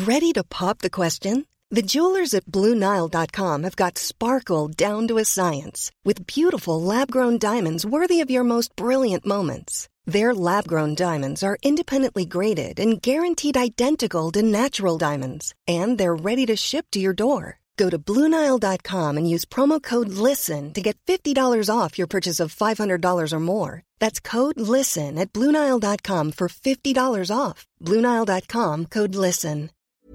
Ready to pop the question? The jewelers at BlueNile.com have got sparkle down to a science with beautiful lab-grown diamonds worthy of your most brilliant moments. Their lab-grown diamonds are independently graded and guaranteed identical to natural diamonds, and they're ready to ship to your door. Go to BlueNile.com and use promo code LISTEN to get $50 off your purchase of $500 or more. That's code LISTEN at BlueNile.com for $50 off. BlueNile.com, code LISTEN.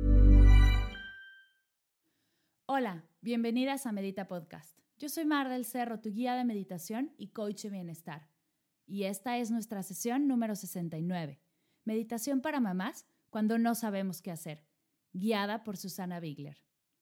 Hola, bienvenidas a Medita Podcast. Yo soy Mar del Cerro, tu guía de meditación y coach de bienestar. Y esta es nuestra sesión número 69, Meditación para mamás cuando no sabemos qué hacer, guiada por Susana Bigler.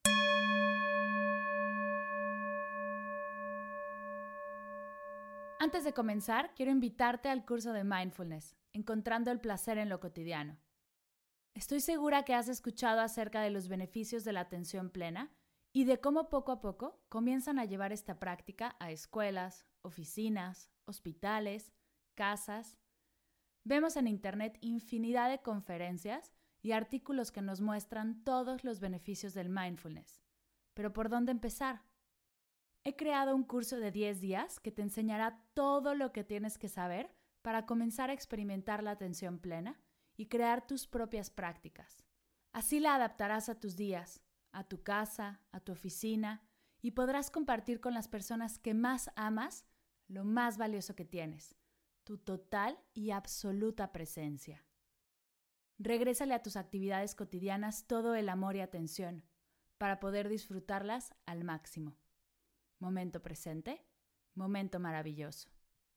Antes de comenzar, quiero invitarte al curso de Mindfulness, Encontrando el placer en lo cotidiano. Estoy segura que has escuchado acerca de los beneficios de la atención plena y de cómo poco a poco comienzan a llevar esta práctica a escuelas, oficinas, hospitales, casas. Vemos en internet infinidad de conferencias y artículos que nos muestran todos los beneficios del mindfulness. Pero ¿por dónde empezar? He creado un curso de 10 días que te enseñará todo lo que tienes que saber para comenzar a experimentar la atención plena y crear tus propias prácticas. Así la adaptarás a tus días, a tu casa, a tu oficina y podrás compartir con las personas que más amas lo más valioso que tienes, tu total y absoluta presencia. Regrésale a tus actividades cotidianas todo el amor y atención para poder disfrutarlas al máximo. Momento presente, momento maravilloso.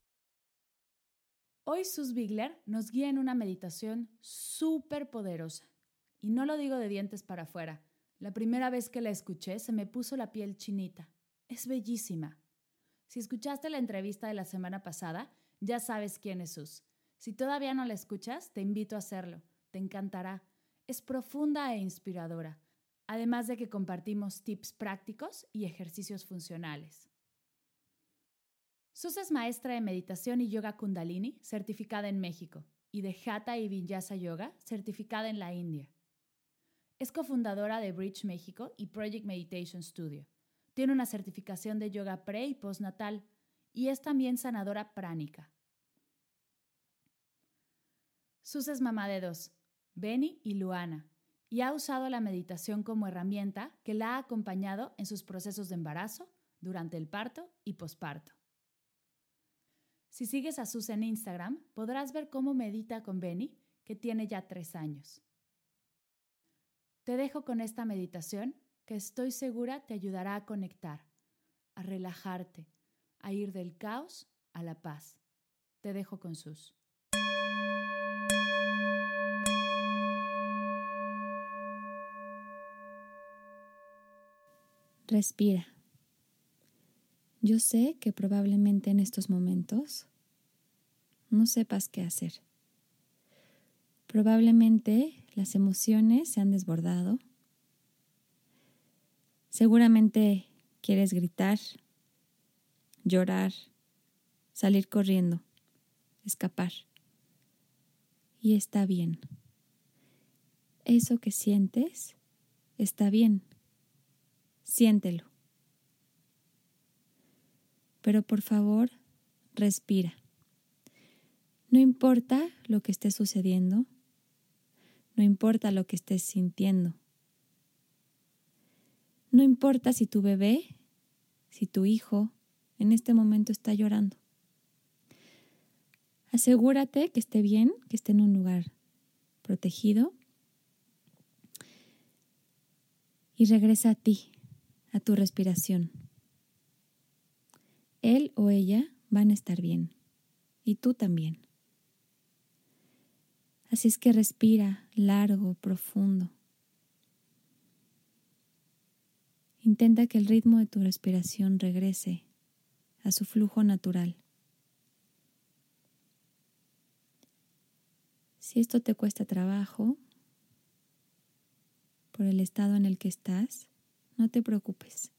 Hoy Sus Bigler nos guía en una meditación súper poderosa. Y no lo digo de dientes para afuera. La primera vez que la escuché se me puso la piel chinita. Es bellísima. Si escuchaste la entrevista de la semana pasada, ya sabes quién es Sus. Si todavía no la escuchas, te invito a hacerlo. Te encantará. Es profunda e inspiradora. Además de que compartimos tips prácticos y ejercicios funcionales. Sus es maestra de meditación y yoga kundalini, certificada en México, y de Hatha y Vinyasa Yoga, certificada en la India. Es cofundadora de Bridge México y Project Meditation Studio. Tiene una certificación de yoga pre y postnatal y es también sanadora pránica. Sus es mamá de 2, Benny y Luana, y ha usado la meditación como herramienta que la ha acompañado en sus procesos de embarazo, durante el parto y posparto. Si sigues a Sus en Instagram, podrás ver cómo medita con Benny, que tiene ya 3 años. Te dejo con esta meditación que estoy segura te ayudará a conectar, a relajarte, a ir del caos a la paz. Te dejo con Sus. Respira. Yo sé que probablemente en estos momentos no sepas qué hacer. Probablemente las emociones se han desbordado. Seguramente quieres gritar, llorar, salir corriendo, escapar. Y está bien. Eso que sientes está bien. Siéntelo. Pero por favor, respira. No importa lo que esté sucediendo, no importa lo que estés sintiendo. No importa si tu bebé, si tu hijo en este momento está llorando. Asegúrate que esté bien, que esté en un lugar protegido y regresa a ti, a tu respiración. Él o ella van a estar bien y tú también. Así es que respira largo, profundo. Intenta que el ritmo de tu respiración regrese a su flujo natural. Si esto te cuesta trabajo, por el estado en el que estás, no te preocupes.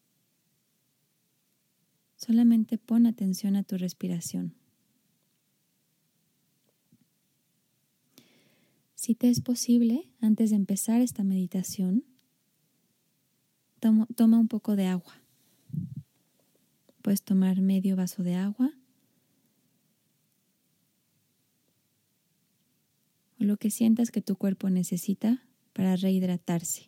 Solamente pon atención a tu respiración. Si te es posible, antes de empezar esta meditación, toma un poco de agua. Puedes tomar medio vaso de agua o lo que sientas que tu cuerpo necesita para rehidratarse.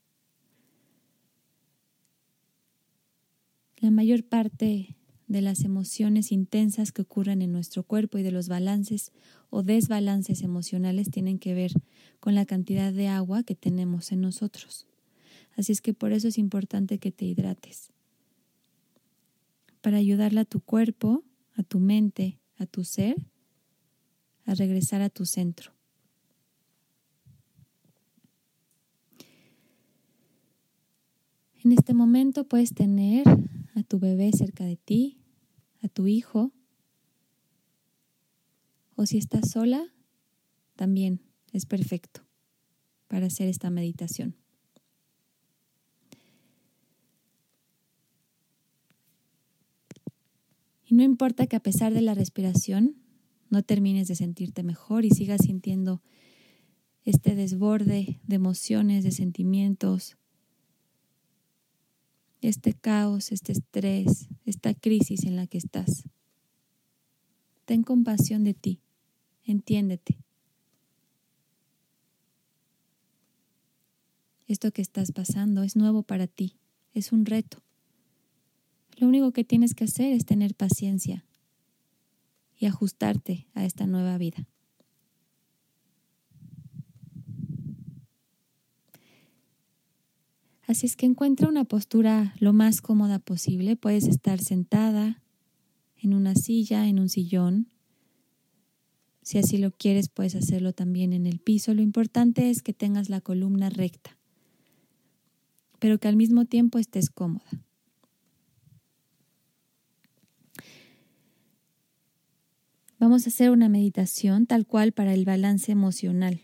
La mayor parte de las emociones intensas que ocurren en nuestro cuerpo y de los balances o desbalances emocionales tienen que ver con la cantidad de agua que tenemos en nosotros. Así es que por eso es importante que te hidrates. Para ayudarle a tu cuerpo, a tu mente, a tu ser, a regresar a tu centro. En este momento puedes tener a tu bebé cerca de ti, a tu hijo, o si estás sola, también es perfecto para hacer esta meditación. Y no importa que a pesar de la respiración no termines de sentirte mejor y sigas sintiendo este desborde de emociones, de sentimientos, este caos, este estrés, esta crisis en la que estás. Ten compasión de ti, entiéndete. Esto que estás pasando es nuevo para ti, es un reto. Lo único que tienes que hacer es tener paciencia y ajustarte a esta nueva vida. Así es que encuentra una postura lo más cómoda posible. Puedes estar sentada en una silla, en un sillón. Si así lo quieres, puedes hacerlo también en el piso. Lo importante es que tengas la columna recta, pero que al mismo tiempo estés cómoda. Vamos a hacer una meditación tal cual para el balance emocional,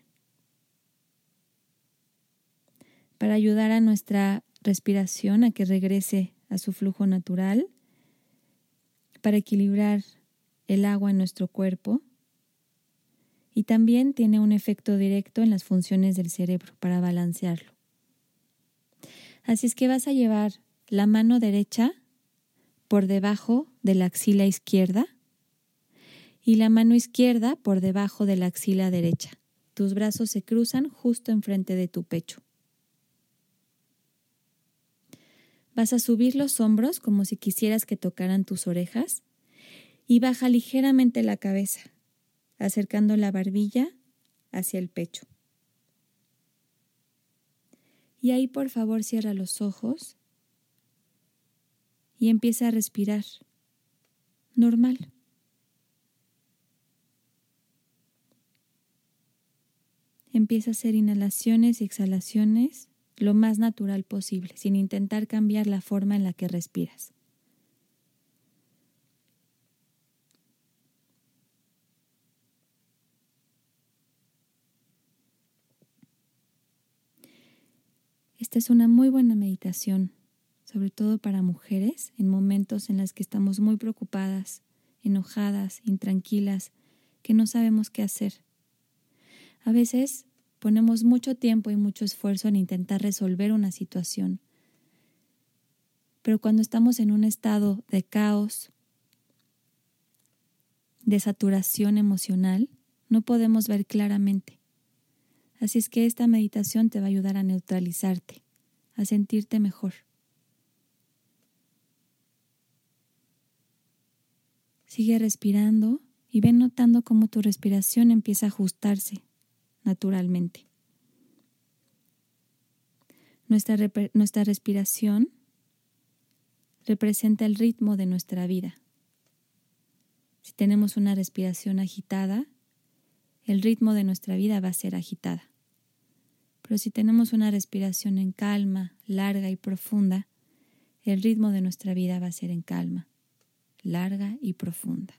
para ayudar a nuestra respiración a que regrese a su flujo natural, para equilibrar el agua en nuestro cuerpo y también tiene un efecto directo en las funciones del cerebro para balancearlo. Así es que vas a llevar la mano derecha por debajo de la axila izquierda y la mano izquierda por debajo de la axila derecha. Tus brazos se cruzan justo enfrente de tu pecho. Vas a subir los hombros como si quisieras que tocaran tus orejas y baja ligeramente la cabeza, acercando la barbilla hacia el pecho. Y ahí por favor cierra los ojos y empieza a respirar normal. Empieza a hacer inhalaciones y exhalaciones lo más natural posible, sin intentar cambiar la forma en la que respiras. Esta es una muy buena meditación, sobre todo para mujeres, en momentos en los que estamos muy preocupadas, enojadas, intranquilas, que no sabemos qué hacer. A veces ponemos mucho tiempo y mucho esfuerzo en intentar resolver una situación, pero cuando estamos en un estado de caos, de saturación emocional, no podemos ver claramente. Así es que esta meditación te va a ayudar a neutralizarte, a sentirte mejor. Sigue respirando y ven notando cómo tu respiración empieza a ajustarse naturalmente. Nuestra respiración representa el ritmo de nuestra vida. Si tenemos una respiración agitada, el ritmo de nuestra vida va a ser agitada. Pero si tenemos una respiración en calma, larga y profunda, el ritmo de nuestra vida va a ser en calma, larga y profunda.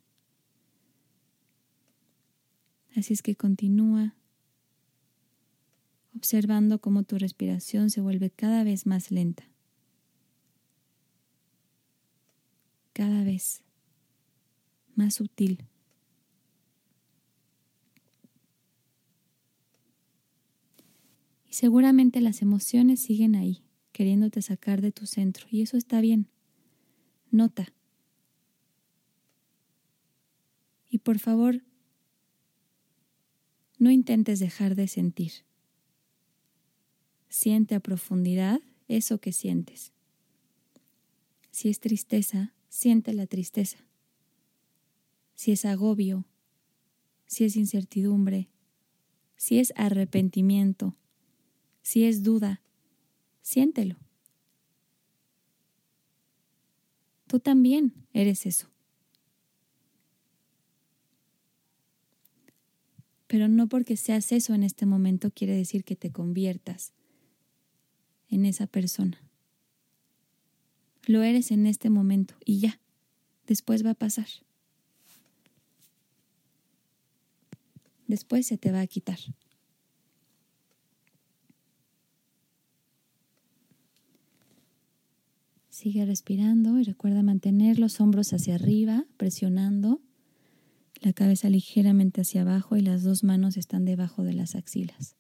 Así es que continúa observando cómo tu respiración se vuelve cada vez más lenta, cada vez más sutil. Y seguramente las emociones siguen ahí, queriéndote sacar de tu centro. Y eso está bien. Nota. Y por favor, no intentes dejar de sentir. Siente a profundidad eso que sientes. Si es tristeza, siente la tristeza. Si es agobio, si es incertidumbre, si es arrepentimiento, si es duda, siéntelo. Tú también eres eso. Pero no porque seas eso en este momento quiere decir que te conviertas en esa persona. Lo eres en este momento y ya, después va a pasar. Después se te va a quitar. Sigue respirando y recuerda mantener los hombros hacia arriba, presionando, la cabeza ligeramente hacia abajo y las dos manos están debajo de las axilas.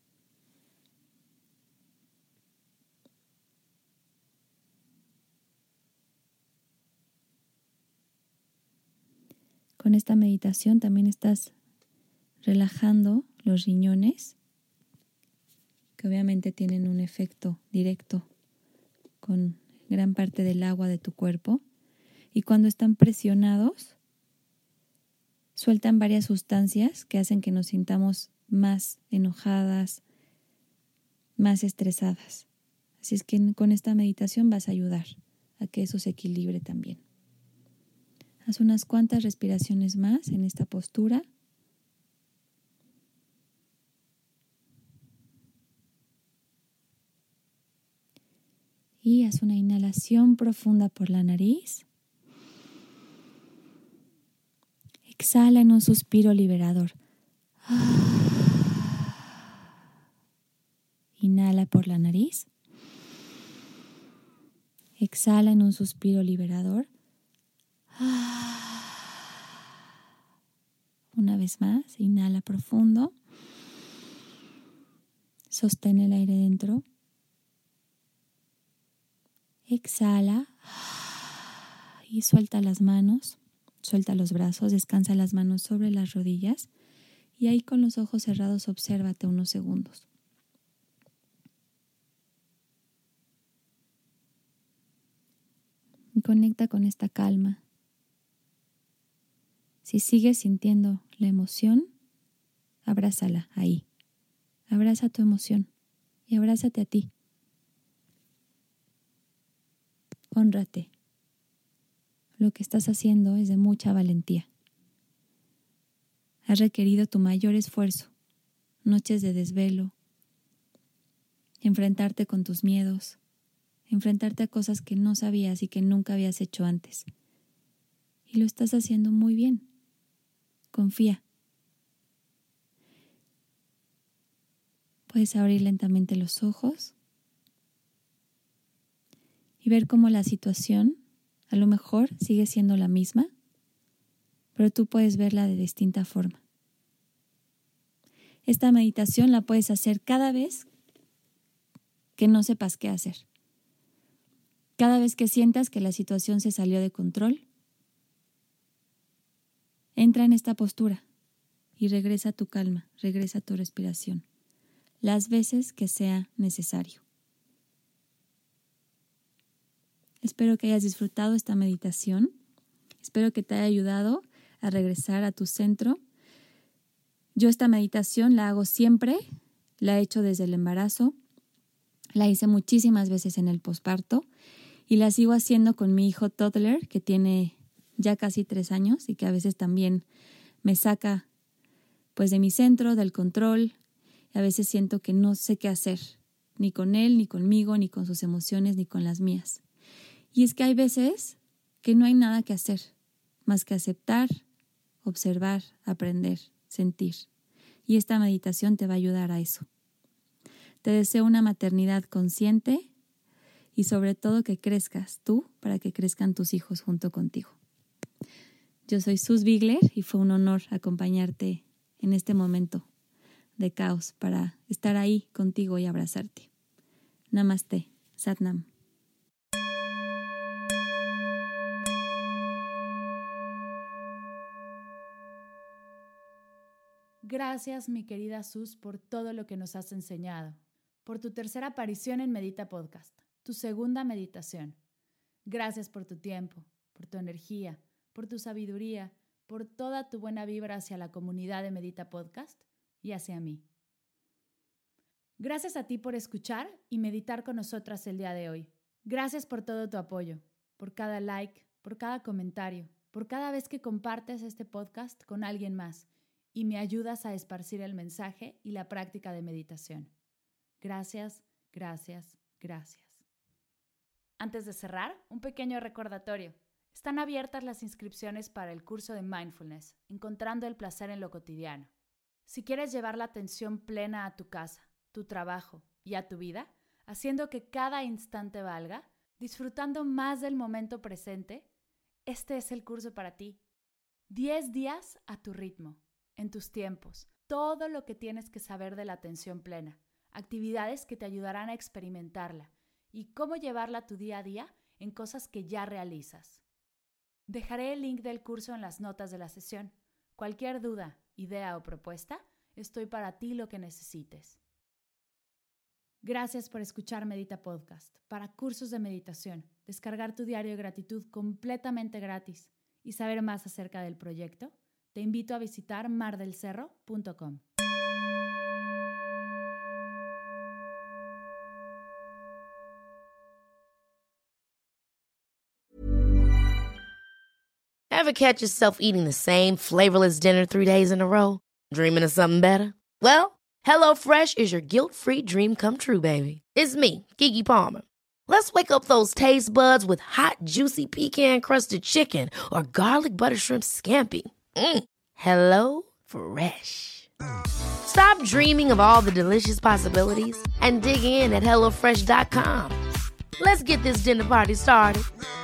Con esta meditación también estás relajando los riñones, que obviamente tienen un efecto directo con gran parte del agua de tu cuerpo. Y cuando están presionados, sueltan varias sustancias que hacen que nos sintamos más enojadas, más estresadas. Así es que con esta meditación vas a ayudar a que eso se equilibre también. Haz unas cuantas respiraciones más en esta postura. Y haz una inhalación profunda por la nariz. Exhala en un suspiro liberador. Inhala por la nariz. Exhala en un suspiro liberador. Una vez más, inhala profundo. Sostén el aire dentro. Exhala y suelta las manos, suelta los brazos, descansa las manos sobre las rodillas y ahí con los ojos cerrados obsérvate unos segundos. Y conecta con esta calma. Si sigues sintiendo la emoción, abrázala ahí. Abraza tu emoción y abrázate a ti. Hónrate. Lo que estás haciendo es de mucha valentía. Has requerido tu mayor esfuerzo, noches de desvelo, enfrentarte con tus miedos, enfrentarte a cosas que no sabías y que nunca habías hecho antes. Y lo estás haciendo muy bien. Confía. Puedes abrir lentamente los ojos y ver cómo la situación a lo mejor sigue siendo la misma, pero tú puedes verla de distinta forma. Esta meditación la puedes hacer cada vez que no sepas qué hacer. Cada vez que sientas que la situación se salió de control, entra en esta postura y regresa a tu calma, regresa a tu respiración, las veces que sea necesario. Espero que hayas disfrutado esta meditación. Espero que te haya ayudado a regresar a tu centro. Yo esta meditación la hago siempre, la he hecho desde el embarazo, la hice muchísimas veces en el posparto y la sigo haciendo con mi hijo toddler que tiene ya casi 3 años y que a veces también me saca pues de mi centro, del control. Y a veces siento que no sé qué hacer, ni con él, ni conmigo, ni con sus emociones, ni con las mías. Y es que hay veces que no hay nada que hacer, más que aceptar, observar, aprender, sentir. Y esta meditación te va a ayudar a eso. Te deseo una maternidad consciente y sobre todo que crezcas tú para que crezcan tus hijos junto contigo. Yo soy Sus Bigler y fue un honor acompañarte en este momento de caos para estar ahí contigo y abrazarte. Namaste. Satnam. Gracias, mi querida Sus, por todo lo que nos has enseñado, por tu tercera aparición en Medita Podcast, tu segunda meditación. Gracias por tu tiempo, por tu energía, por tu sabiduría, por toda tu buena vibra hacia la comunidad de Medita Podcast y hacia mí. Gracias a ti por escuchar y meditar con nosotras el día de hoy. Gracias por todo tu apoyo, por cada like, por cada comentario, por cada vez que compartes este podcast con alguien más y me ayudas a esparcir el mensaje y la práctica de meditación. Gracias, gracias, gracias. Antes de cerrar, un pequeño recordatorio. Están abiertas las inscripciones para el curso de Mindfulness, Encontrando el placer en lo cotidiano. Si quieres llevar la atención plena a tu casa, tu trabajo y a tu vida, haciendo que cada instante valga, disfrutando más del momento presente, este es el curso para ti. 10 días a tu ritmo, en tus tiempos, todo lo que tienes que saber de la atención plena, actividades que te ayudarán a experimentarla y cómo llevarla a tu día a día en cosas que ya realizas. Dejaré el link del curso en las notas de la sesión. Cualquier duda, idea o propuesta, estoy para ti lo que necesites. Gracias por escuchar Medita Podcast. Para cursos de meditación, descargar tu diario de gratitud completamente gratis y saber más acerca del proyecto, te invito a visitar mardelcerro.com. Ever catch yourself eating the same flavorless dinner 3 days in a row? Dreaming of something better? Well, HelloFresh is your guilt-free dream come true, baby. It's me, Keke Palmer. Let's wake up those taste buds with hot, juicy pecan-crusted chicken or garlic butter shrimp scampi. Hello Fresh. Stop dreaming of all the delicious possibilities and dig in at HelloFresh.com. Let's get this dinner party started.